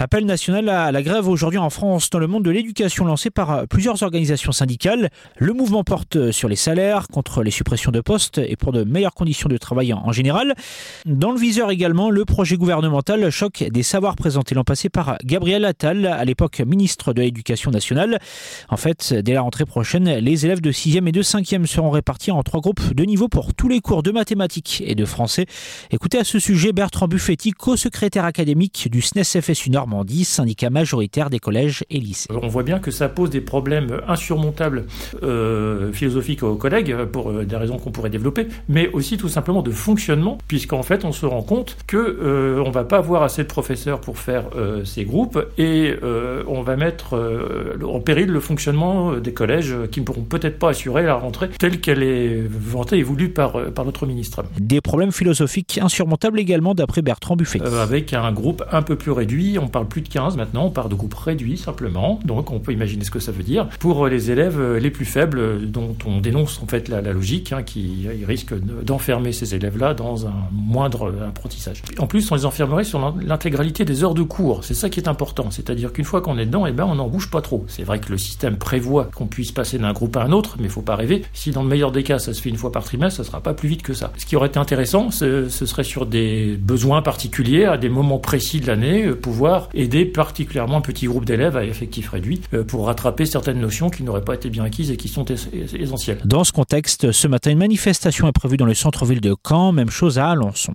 Appel national à la grève aujourd'hui en France dans le monde de l'éducation lancé par plusieurs organisations syndicales. Le mouvement porte sur les salaires, contre les suppressions de postes et pour de meilleures conditions de travail en général. Dans le viseur également, le projet gouvernemental Choc des savoirs présenté l'an passé par Gabriel Attal, à l'époque ministre de l'Éducation nationale. En fait, dès la rentrée prochaine, les élèves de 6e et de 5e seront répartis en 3 groupes de niveau pour tous les cours de mathématiques et de français. Écoutez à ce sujet Bertrand Buffetti, co-secrétaire académique du SNES-FSU Normandie, syndicat majoritaire des collèges et lycées. On voit bien que ça pose des problèmes insurmontables philosophiques aux collègues pour des raisons qu'on pourrait développer, mais aussi tout simplement de fonctionnement, puisqu'en fait on se rend compte que on va pas avoir assez de professeurs pour faire ces groupes et on va mettre en péril le fonctionnement des collèges qui ne pourront peut-être pas assurer la rentrée telle qu'elle est vantée et voulue par notre ministre. Des problèmes philosophiques insurmontables également d'après Bertrand Buffetti. Avec un groupe un peu plus réduit, on parle plus de 15 maintenant, on parle de groupes réduits simplement, donc on peut imaginer ce que ça veut dire pour les élèves les plus faibles dont on dénonce en fait la logique qui risque d'enfermer ces élèves-là dans un moindre apprentissage. En plus, on les enfermerait sur l'intégralité des heures de cours, c'est ça qui est important, c'est-à-dire qu'une fois qu'on est dedans, on n'en bouge pas trop. C'est vrai que le système prévoit qu'on puisse passer d'un groupe à un autre, mais il ne faut pas rêver. Si dans le meilleur des cas, ça se fait une fois par trimestre, ça ne sera pas plus vite que ça. Ce qui aurait été intéressant, ce serait sur des besoins particuliers, à des moments précis de l'année, pouvoir aider particulièrement un petit groupe d'élèves à effectif réduit pour rattraper certaines notions qui n'auraient pas été bien acquises et qui sont essentielles. Dans ce contexte, ce matin, une manifestation est prévue dans le centre-ville de Caen, même chose à Alençon.